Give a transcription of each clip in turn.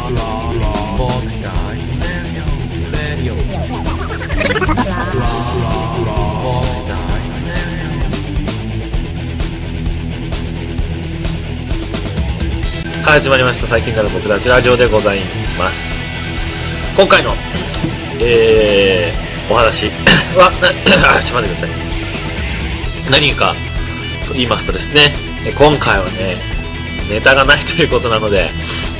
始まりました。最近から僕たちラジオでございます。今回の、お話はちょっと待ってください。何かと言いますとですね、今回はねネタがないということなので、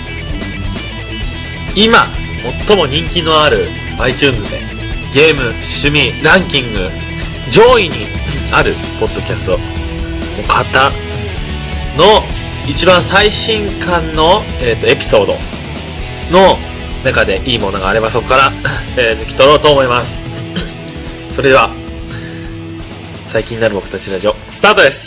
今最も人気のある iTunes でゲーム趣味ランキング上位にあるポッドキャストの方の一番最新刊の、エピソードの中でいいものがあればそこから、抜き取ろうと思います。それでは最近になる僕たちラジオスタートです。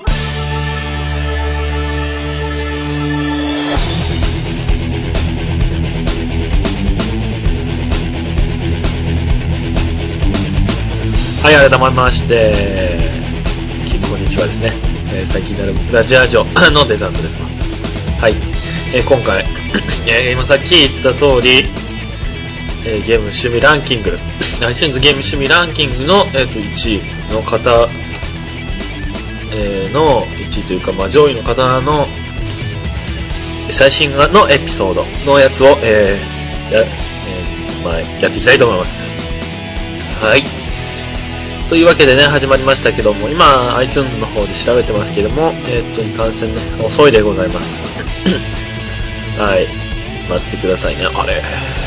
はい、改めましてこんにちはですね。最近になるラジオのデザートですわ。はい、今回、今さっき言った通り、ゲーム趣味ランキングiTunes ゲーム趣味ランキングの、1位の方、の1位というか、上位の方の最新のエピソードのやつを、やっていきたいと思います。はい、というわけでね、始まりましたけども、今 iTunes の方で調べてますけども、いかんせんね遅いでございますはい、待ってくださいね。あれ、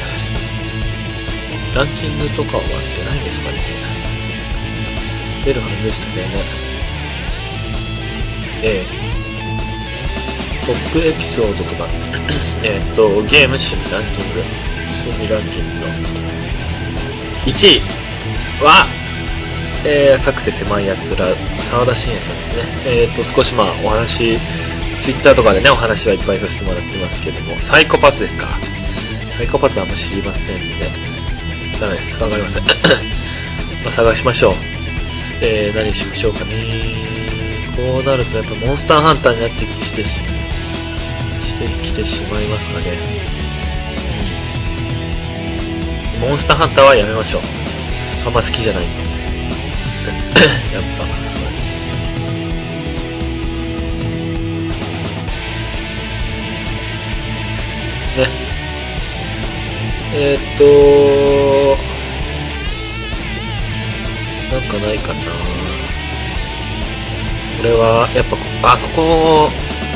ランキングとかは出ないんですかね。出るはずでしたけどね。トップエピソードとかゲーム趣味ランキングの1位は浅くて狭いやつら、沢田信也さんですね。少しお話、ツイッターとかでねお話はいっぱいさせてもらってますけども、サイコパスですか。サイコパスはあんま知りませんね。ダメです、わかりません探しましょう。何しましょうかね。こうなるとやっぱモンスターハンターになってきてしまいますかね。モンスターハンターはやめましょう。あんま好きじゃないんでやっぱね、なんかないかな。これはやっぱここ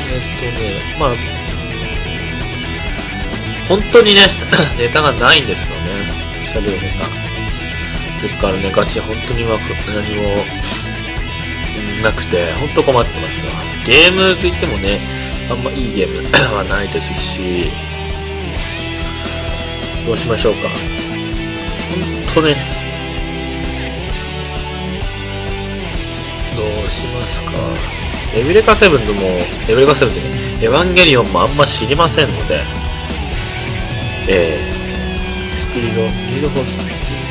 本当にねネタがないんですよね、喋るネタですからね。ガチ本当に何もなくて本当困ってますわ。ゲームといってもね、あんまいいゲームはないですし、どうしましょうか。本当ね、どうしますか。エヴァンゲリオンもあんま知りませんので、スピードフォース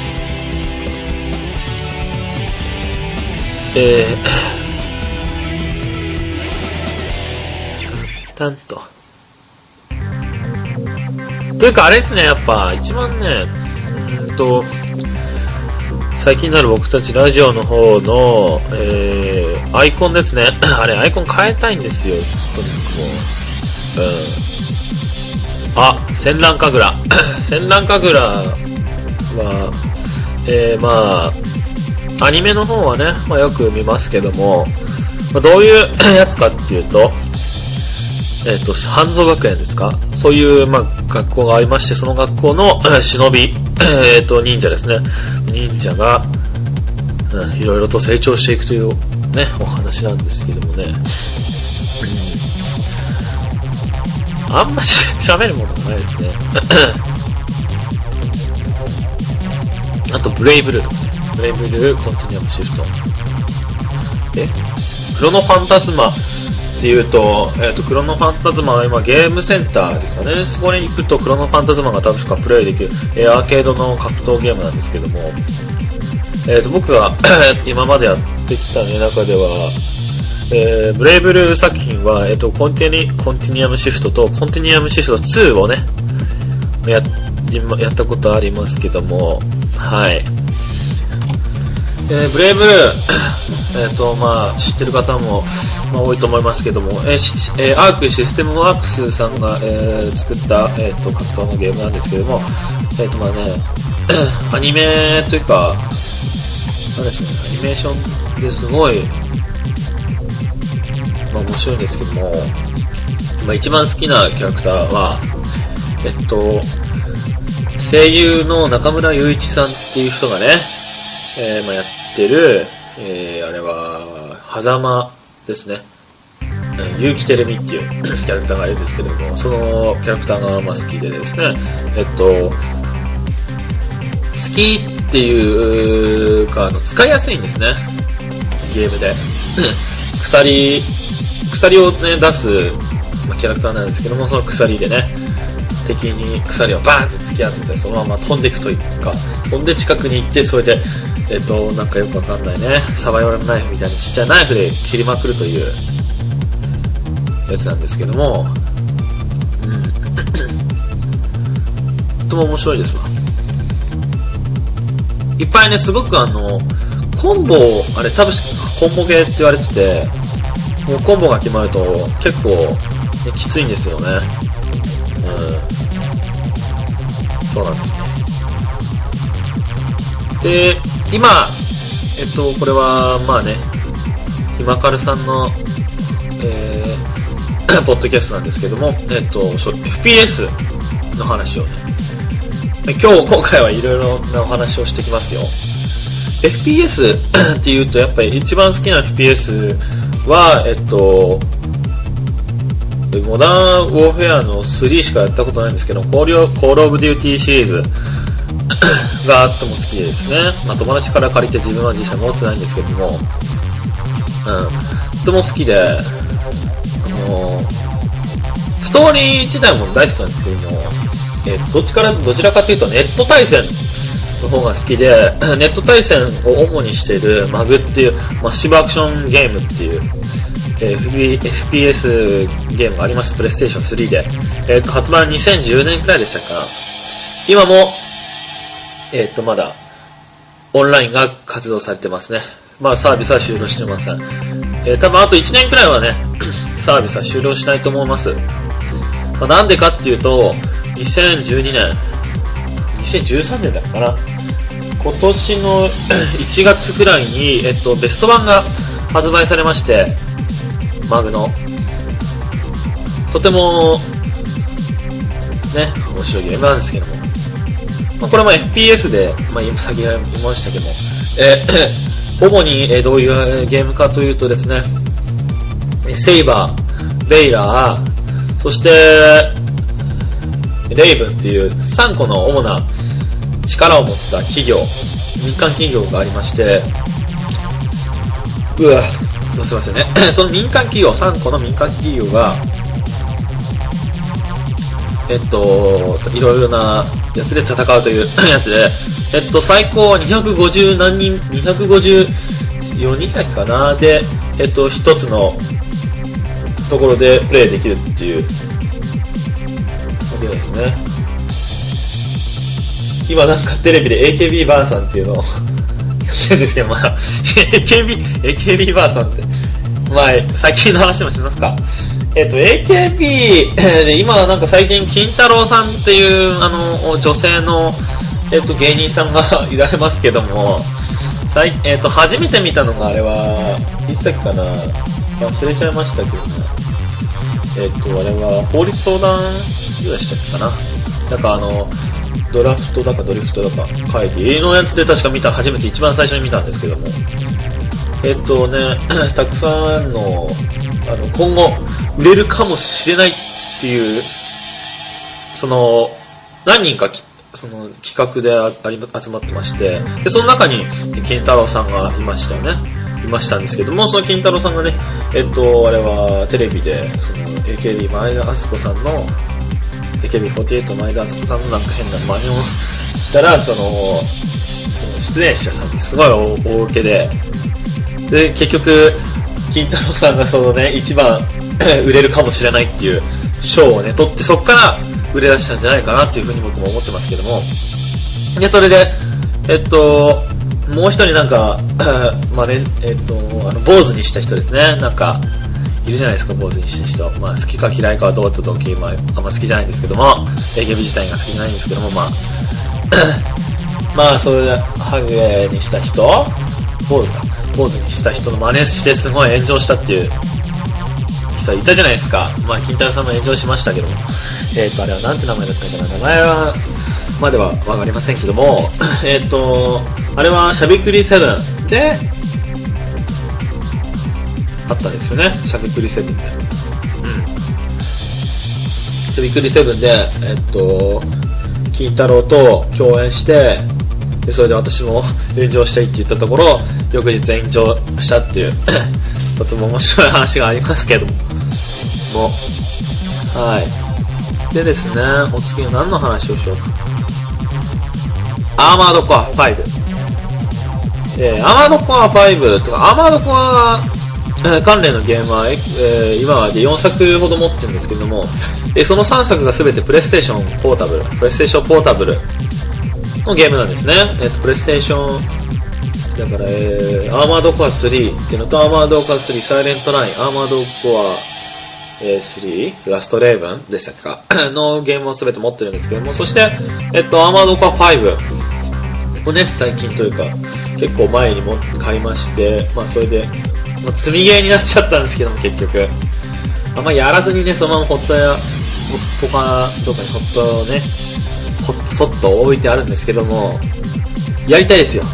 タンとというかあれですね、やっぱ一番ね、最近になる僕たちラジオの方の、アイコンですねあれアイコン変えたいんですよ。とにかくもう、戦乱神楽戦乱神楽はアニメの方はね、よく見ますけども、どういうやつかっていうと、半蔵学園ですか、そういう、学校がありまして、その学校の忍び、忍者ですね。忍者が、いろいろと成長していくというね、お話なんですけどもね。あんま喋るものがないですね。あと、ブレイブルーとかね。ブレイブルーコンティニアムシフト。クロノファンタズマっていうと、クロノファンタズマは今ゲームセンターですかね。そこに行くとクロノファンタズマが確かプレイできる、アーケードの格闘ゲームなんですけども、僕が今までやってきた、中では、ブレイブルー作品は、コンティニアムシフトとコンティニアムシフト2をね、 やったことありますけども、はい。ブレイブ知ってる方も、多いと思いますけども、アークシステムワークスさんが、作った、格闘のゲームなんですけども、アニメというか、なんですね、アニメーションですごい、面白いんですけども、一番好きなキャラクターは、声優の中村雄一さんっていう人がね、やってる、あれは、狭間ですね。結城てるみっていうキャラクターがいるんですけども、そのキャラクターが好きでですね、好きっていうか、使いやすいんですね、ゲームで。鎖をね、出すキャラクターなんですけども、その鎖でね、敵に鎖をバーンって突き当てて、そのまま飛んでいくというか、飛んで近くに行って、それで、なんかよくわかんないね、サバイバルナイフみたいなちっちゃいナイフで切りまくるというやつなんですけども、とても面白いですわ。いっぱいね、すごくコンボ、あれ多分コンボゲーって言われてて、もうコンボが決まると結構、ね、きついんですよね。そうなんですね。で、今、これは、ひまかるさんの、ポッドキャストなんですけども、FPS の話をね、今回はいろいろなお話をしてきますよ。FPS っていうと、やっぱり一番好きな FPS は、モダンウォーフェアの3しかやったことないんですけど、コールオブデューティーシリーズがとても好きでですね、友達から借りて自分は実際持ってないんですけども、とても好きで、ストーリー自体も大好きなんですけども、どちらかというとネット対戦の方が好きで、ネット対戦を主にしているマグっていうマッシブアクションゲームっていう、FPS ゲームがあります。プレイステーション3で、発売は2010年くらいでしたから、今も、まだオンラインが活動されてますね。サービスは終了してません。多分あと1年くらいはねサービスは終了しないと思います。なんでかっていうと、2013年だったかな、今年の1月くらいに、ベスト版が発売されまして、マグのとてもね面白いゲームなんですけども、これも FPS で、今先が言いましたけども、主に、どういうゲームかというとですね、セイバー、ベイラー、そしてレイブンっていう3個の主な力を持った企業、民間企業がありまして、すいませんねその民間企業、3個の民間企業がいろいろなやつで戦うというやつで、最高は250何人、254人だっけかな、で、一つのところでプレイできるっていうわけですね。今なんかテレビで AKB バーさんっていうのをやってるんですけど、AKB バーさんって、最近の話もしますか。AKB で今なんか最近金太郎さんっていう女性の芸人さんがいられますけども、初めて見たのがあれはいつだっけかな、忘れちゃいましたけどね。あれは法律相談所でしたっけかな。なんかドラフトだかドリフトだか会議のやつで確か初めて一番最初に見たんですけども、たくさんの今後売れるかもしれないっていう何人かその企画で集まってまして、でその中に金太郎さんがいましたんですけども、その金太郎さんがね、あれはテレビでその AKB 前田敦子さんの AKB48 前田敦子さんのなんか変な真似をしたら、その出演者さんにすごい大受けで、結局金太郎さんが一番売れるかもしれないっていう賞をね取って、そっから売れ出したんじゃないかなっていうふうに僕も思ってますけども。で、それで、もう一人なんか、まあね、坊主にした人ですね。なんか、いるじゃないですか、坊主にした人。まあ、好きか嫌いかはどうって時、まあ、あんま好きじゃないんですけども、ゲーム自体が好きじゃないんですけども、まあ、まあ、それで、ハゲにした人坊主にした人の真似してすごい炎上したっていう人いたじゃないですか。まあ、金太郎さんも炎上しましたけども。あれはなんて名前だったのかな、名前は、まではわかりませんけども、あれはしゃべくり7で、あったんですよね。しゃべくり7で。しゃべくり7で、金太郎と共演して、でそれで私も炎上したいって言ったところ、翌日炎上したっていう、とても面白い話がありますけども。はい。でですね、お次は何の話をしようか。アーマードコア5。アーマードコア5とか、アーマードコア、関連のゲームは、今まで4作ほど持ってるんですけども、その3作が全てプレイステーションポータブルのゲームなんですね。プレイステーション、だから、アーマードコア3っていうのと、アーマードコア3サイレントライン、アーマードコア、3ラストレーブンでしたっけかのゲームを全て持ってるんですけども、そして、アーマードコア5をね、最近というか、結構前にも買いまして、まあそれで、もう積みゲーになっちゃったんですけども、結局。あんまやらずにね、そのまま他どっかにそっと置いてあるんですけども、やりたいですよ。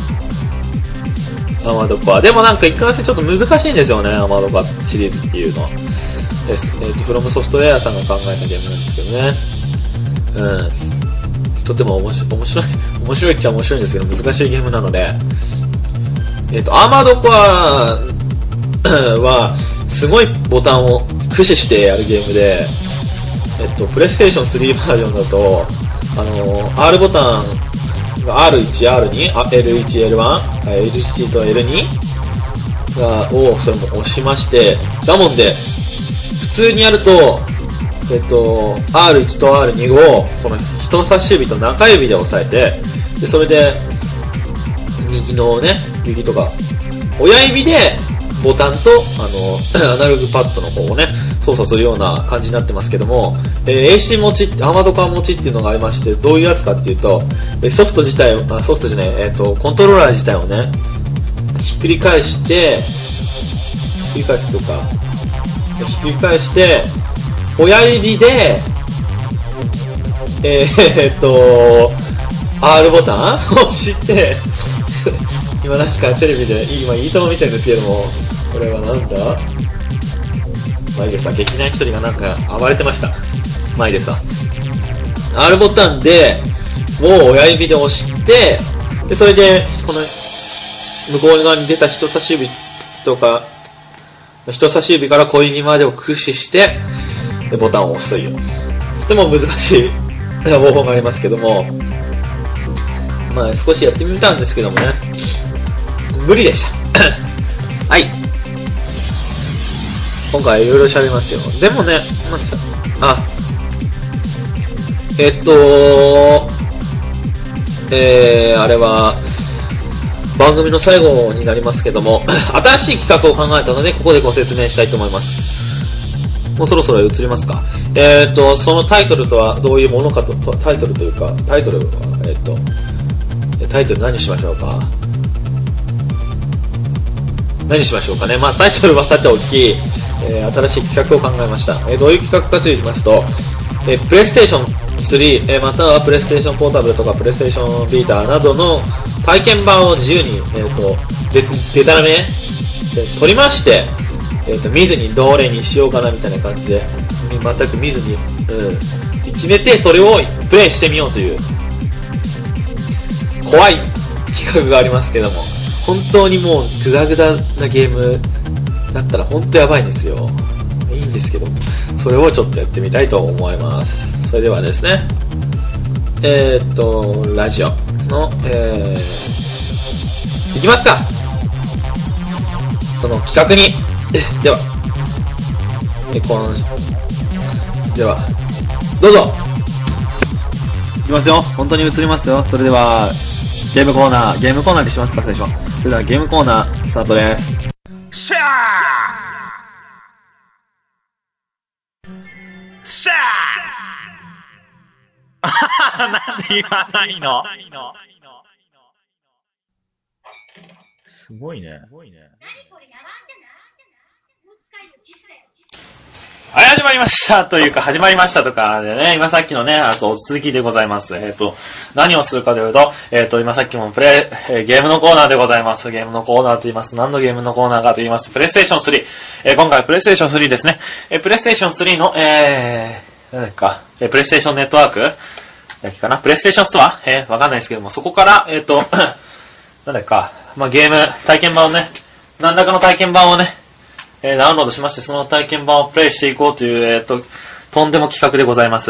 アーマードコア。でもなんか一貫してちょっと難しいんですよね、アーマードコアシリーズっていうのは。フロムソフトウェアさんが考えたゲームなんですけどね。とても面白いっちゃ面白いんですけど、難しいゲームなので、アーマードコアは、すごいボタンを駆使してやるゲームで、プレイステーション3バージョンだと、R ボタンが R1、R2、L1、L1、L1 と L2 をそれも押しまして、だもんで、普通にやると、R1 と R2 を、この人差し指と中指で押さえて、で、それで、右とか、親指で、ボタンと、アナログパッドの方をね、操作するような感じになってますけども、AC 持ち、アーマードコア持ちっていうのがありまして、どういうやつかっていうと、ソフトじゃない、コントローラー自体をね、ひっくり返して、親指で、R ボタンを押して、今なんかテレビで、今いいとも見てるんですけども、これはなんだ？マイデさん、劇団一人がなんか暴れてました。マイデさん。R ボタンで、もう親指で押して、で、それで、この、向こう側に出た人差し指から小指までを駆使して、ボタンを押すという。とても難しい方法がありますけども、まあ少しやってみたんですけどもね、無理でしたはい、今回はいろいろ喋りますよ。でもね、あれは番組の最後になりますけども新しい企画を考えたのでここでご説明したいと思います。もうそろそろ移りますか。そのタイトルとはどういうものかと、タイトル何しましょうかね。まあタイトルはさておき、新しい企画を考えました。どういう企画かと言いますと、プレイステーション3、またはプレイステーションポータブルとかプレイステーションビーターなどの体験版を自由に、デタラメで撮りまして、見ずにどれにしようかなみたいな感じで、全く見ずに、決めてそれをプレイしてみようという怖い企画がありますけども、本当にもうグダグダなゲームだったら本当やばいんですよ。いいんですけど、それをちょっとやってみたいと思います。それではですね、ラジオの、いきますか。その企画にではどうぞ。 きますよ。本当に映りますよ。それでは、ゲームコーナーにしますか、最初。それではゲームコーナー、スタートです。シャーシャーなんで言わないの？すごいね。はい、始まりましたというか、始まりましたとかでね、今さっきのね、続きでございます。何をするかというと、今さっきもゲームのコーナーでございます。ゲームのコーナーと言います。何のゲームのコーナーかと言います。プレイステーション3。今回プレイステーション3ですね。プレイステーション3の、何だか、プレイステーションネットワークだっけかな、プレイステーションストアわかんないですけども、そこから、なんだか、ゲーム、体験版をね、何らかの体験版をね、ダウンロードしまして、その体験版をプレイしていこうという、とんでも企画でございます。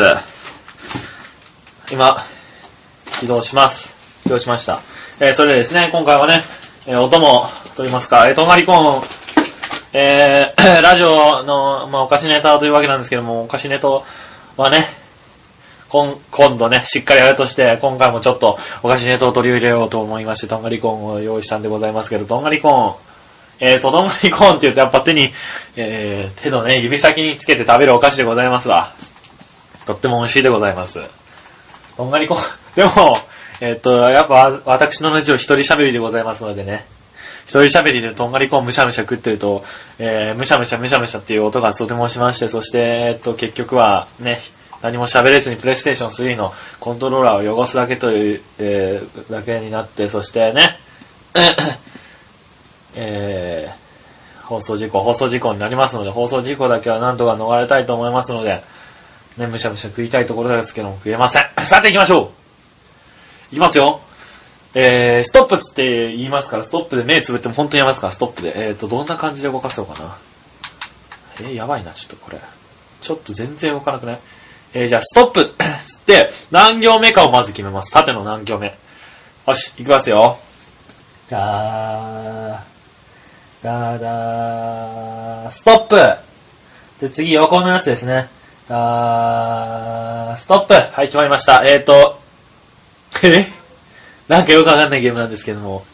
今、起動しました。それでですね、今回はね、お供と言いますか、とんがりコーン、ラジオの、お菓子ネタというわけなんですけども、お菓子ネタはね、今度ね、しっかりやるとして、今回もちょっとお菓子ネタを取り入れようと思いまして、とんがりコーンを用意したんでございますけど、とんがりコーン、とんがりコーンって言うとやっぱ手に、手のね、指先につけて食べるお菓子でございますわ。とっても美味しいでございます。とんがりコーン、でも、やっぱ私のラジオ一人喋りでございますのでね、一人喋りでとんがりコーンむしゃむしゃ食ってると、むしゃむしゃむしゃむしゃっていう音がとてもしまして、そして、結局はね、何も喋れずにプレイステーション3のコントローラーを汚すだけという、だけになって、そしてね、放送事故になりますので、放送事故だけはなんとか逃れたいと思いますので、ね、むしゃむしゃ食いたいところですけども食えません。さて行きましょう。いきますよ。ストップつって言いますから、ストップで目つぶっても本当にやりますから、ストップで。どんな感じで動かそうかな。やばいな、ちょっとこれ。ちょっと全然動かなくない？じゃあ、ストップつって、何行目かをまず決めます。縦の何行目。よし、行きますよ。ストップで、次、横のやつですね。ストップはい、決まりました。なんかよくわかんないゲームなんですけども。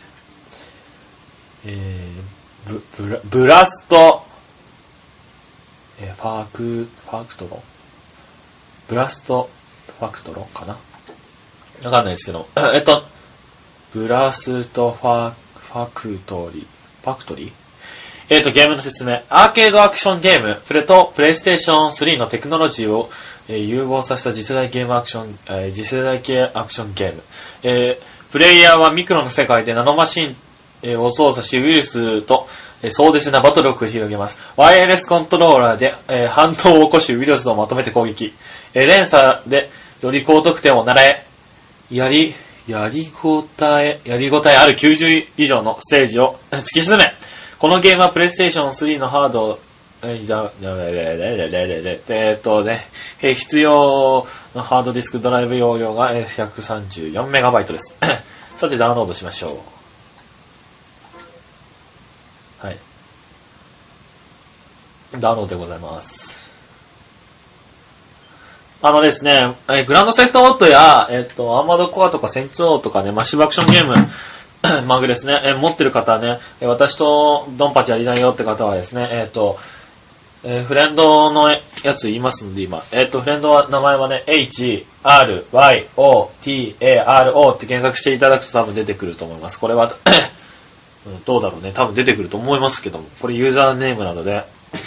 ブラスト、ファクトロブラストファクトロかな、わかんないですけど。ブラストファクトリーゲームの説明。アーケードアクションゲーム、プレイステーション3のテクノロジーを、融合させた次世代系アクションゲーム。プレイヤーはミクロの世界でナノマシン、を操作し、ウイルスと、壮絶なバトルを繰り広げます。ワイヤレスコントローラーで、反動を起こしウイルスをまとめて攻撃。連鎖でより高得点を狙え、やりごたえある90以上のステージを突き進め。このゲームはプレイステーション3のハード、必要のハードディスクドライブ容量が 134MB です。さてダウンロードしましょう。はい。ダウンロードでございます。ですね、グランドセフトオートや、アーマードコアとかセンツオーとかね、マッシブアクションゲーム、マグですね、持ってる方はね、私とドンパチやりないよって方はですね、フレンドのやつ言いますんで今、フレンドは名前はね、HRYOTARO って検索していただくと多分出てくると思います。これは、どうだろうね、多分出てくると思いますけども、これユーザーネームなので、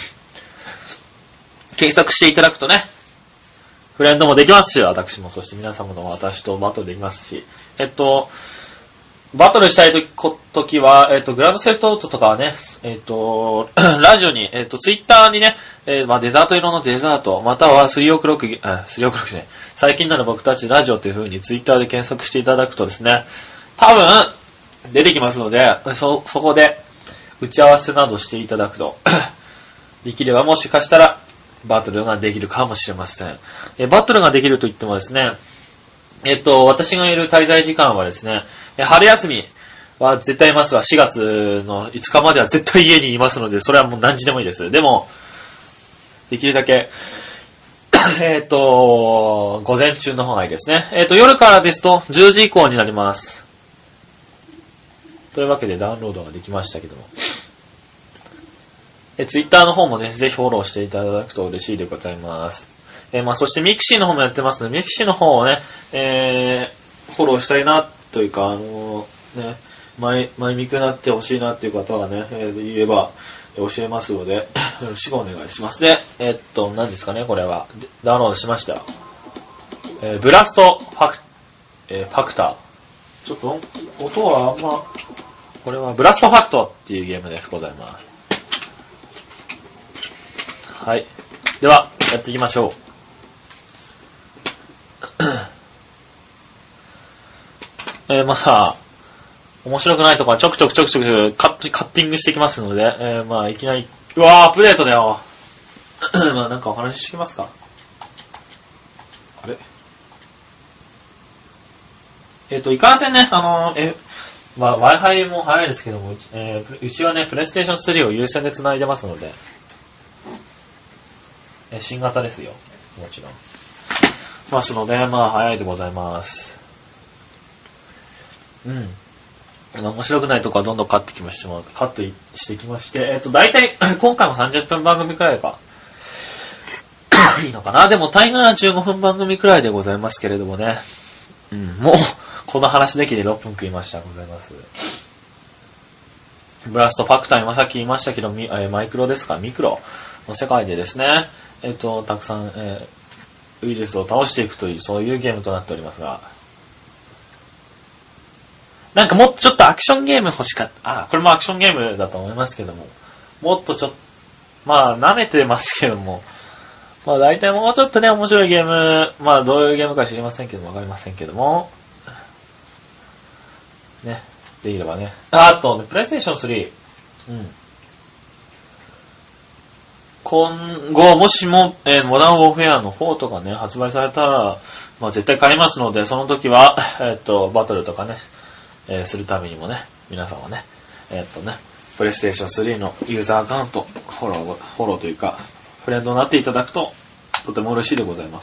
検索していただくとね、フレンドもできますし、私も、そして皆様の私とバトルできますし、バトルしたいときは、グランドセフトオートとかはね、ラジオに、ツイッターにね、デザート色のデザート、または3ですね、最近なら僕たちラジオという風にツイッターで検索していただくとですね、多分、出てきますので、そこで、打ち合わせなどしていただくと、できればもしかしたら、バトルができるかもしれません。バトルができると言ってもですね、私がいる滞在時間はですね、春休みは絶対いますわ。4月の5日までは絶対家にいますので、それはもう何時でもいいです。でも、できるだけ午前中の方がいいですね。夜からですと10時以降になります。というわけでダウンロードができましたけども。ツイッターの方もね、ぜひフォローしていただくと嬉しいでございます。そしてミクシーの方もやってますので、ミクシーの方をね、フォローしたいな、というか、前見くなってほしいなっていう方はね、言えば教えますので、よろしくお願いします。で、何ですかね、これは。ダウンロードしましたよ。ブラストファクター。ちょっと、音はあんま、これはブラストファクトっていうゲームです。ございます。はい。では、やっていきましょう。面白くないとこはちょくちょくカッティングしてきますので、いきなり、うわー、アップデートだよ。なんかお話ししてきますか。あれいかんせんね、Wi-Fi も早いですけども、うちはね、プレイステーション3を有線で繋いでますので、新型ですよ。もちろん。ますので、早いでございます。面白くないとこはどんどんカットしてきまして、だいたい今回も30分番組くらいがいいのかな。でも大概は15分番組くらいでございますけれどもね。もうこの話できで6分食いました。ございます。ブラストファクター、今さっき言いましたけど、マイクロですか、ミクロの世界でですね、たくさん、ウイルスを倒していくという、そういうゲームとなっておりますが、なんかもっとちょっとアクションゲーム欲しかった。これもアクションゲームだと思いますけども、もっと舐めてますけども、大体もうちょっとね、面白いゲーム、どういうゲームか知りませんけども、わかりませんけども、ね、できればね。あとね、プレイステーション3。今後、もしも、モダンウォーフェアの4とかね、発売されたら、絶対買いますので、その時は、バトルとかね、するためにもね、皆さんはね、プレイステーション3のユーザーアカウント、フォローというか、フレンドになっていただくと、とても嬉しいでございます。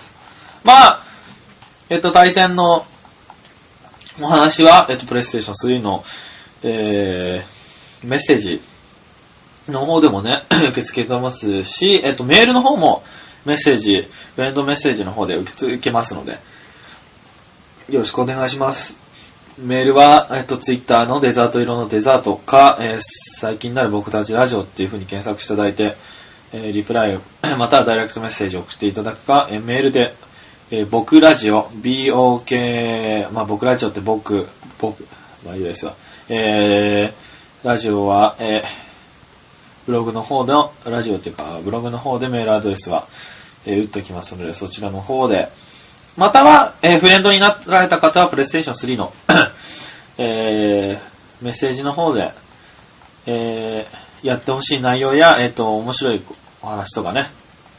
対戦のお話は、プレイステーション3の、メッセージの方でもね、受け付けてますし、メールの方もフレンドメッセージの方で受け付けますので、よろしくお願いします。メールは、ツイッターのデザート色のデザートか、最近なる僕たちラジオっていう風に検索していただいて、リプライ、またはダイレクトメッセージを送っていただくか、メールで、僕ラジオ、BOK、僕ラジオって僕、いいですよ。ラジオは、ブログの方の、ラジオっていうか、ブログの方でメールアドレスは、打っときますので、そちらの方で、または、フレンドになられた方は、プレイステーション3の、メッセージの方で、やってほしい内容や、面白いお話とかね。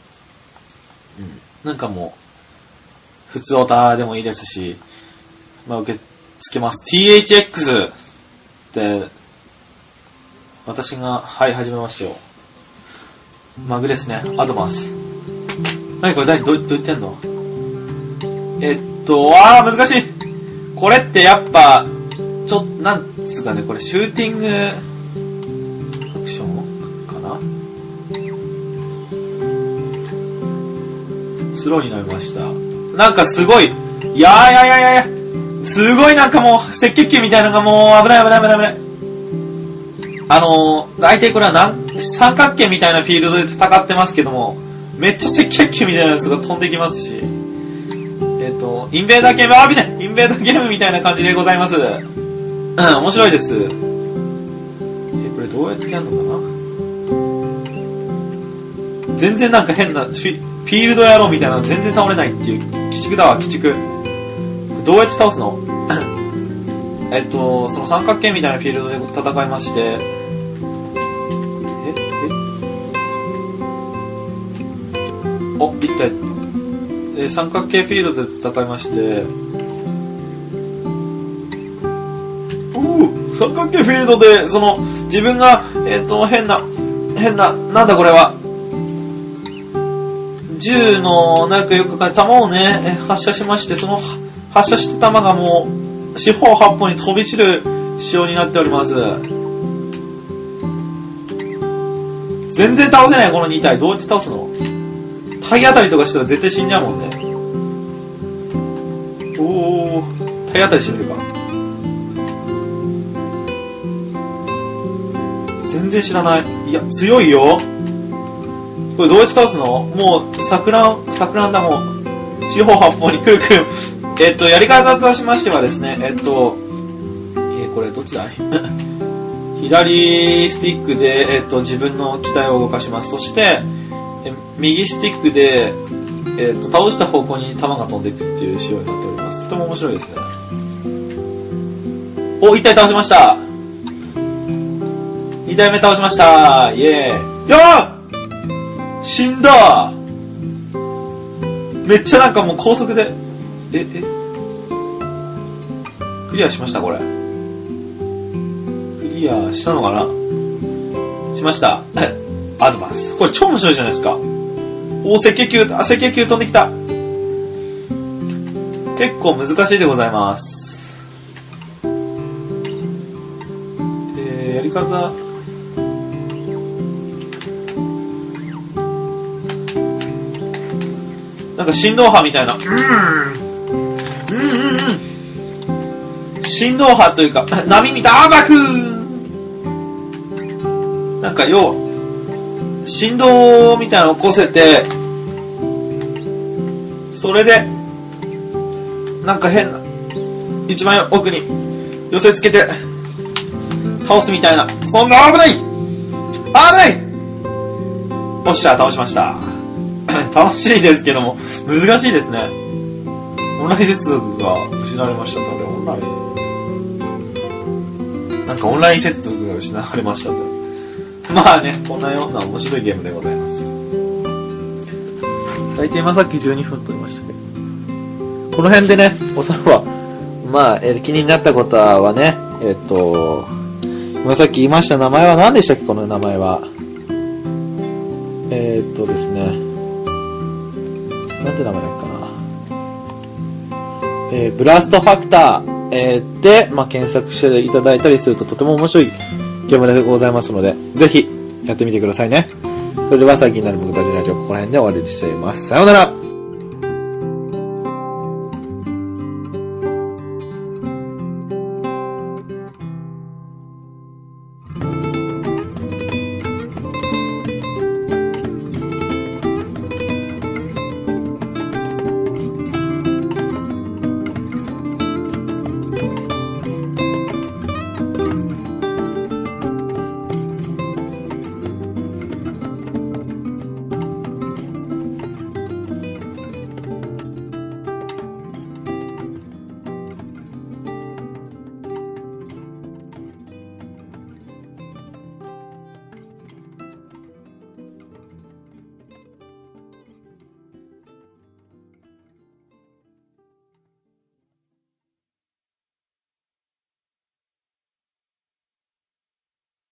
なんかもう、普通オタでもいいですし、受け付けます。THX って、私が、始めましたよ。マグですね。アドバンス。何これどう言ってんの？難しい。これってやっぱ、なんつうかね、これシューティング、アクションかな？スローになりました。なんかすごい、すごいなんかもう、赤血球みたいなのがもう危ない。大体これは三角形みたいなフィールドで戦ってますけども、めっちゃ赤血球みたいなやつが飛んできますし、インベーダーゲーム、インベーダーゲームみたいな感じでございます。面白いです。これどうやってやるのかな？全然なんか変な、フィールドやろうみたいなの全然倒れないっていう、鬼畜だわ、鬼畜。どうやって倒すの？その三角形みたいなフィールドで戦いまして、一体、三角形フィールドで戦いまして、三角形フィールドで、自分が、変な、なんだこれは。 銃のなんかよく弾をね、発射しまして、その発射した弾がもう四方八方に飛び散る仕様になっております。全然倒せないこの2体。どうやって倒すの？体当たりとかしたら絶対死んじゃうもんね。おー、体当たりしてみるか。全然知らない。いや、強いよ。これどうやって倒すの？もう、錯乱だもん。四方八方にくるくる。やり方としましてはですね、これどっちだい左スティックで、自分の機体を動かします。そして、右スティックで、倒した方向に弾が飛んでいくっていう仕様になっております。とても面白いですね。お、1体倒しました。2体目倒しました。イエーイ。やー！死んだ！めっちゃなんかもう高速で、クリアしましたこれ。クリアしたのかな？しました。アドバンス。これ超面白いじゃないですか。お、赤血球飛んできた。結構難しいでございます。やり方。なんか振動波みたいな。振動波というか、波みたい。あーバクーン！なんか要は、振動みたいなのを起こせて、それで、なんか変な、一番奥に寄せつけて、倒すみたいな。そんな危ない！危ない！おっしゃ、倒しました。楽しいですけども、難しいですね。オンライン接続が失われましたと。なんかオンライン接続が失われましたと。まあね、こんなような面白いゲームでございます。大体今さっき12分撮りましたけど。この辺でね、おそらくは、まあ、気になったことはね、今さっき言いました名前は何でしたっけ、この名前は。ですね。なんて名前だっけかな。ブラストファクター、で、まあ、検索していただいたりするととても面白いゲームでございますので、ぜひやってみてくださいね。それでは最近になる僕たちのラジオここら辺で終わりにしています。さようなら。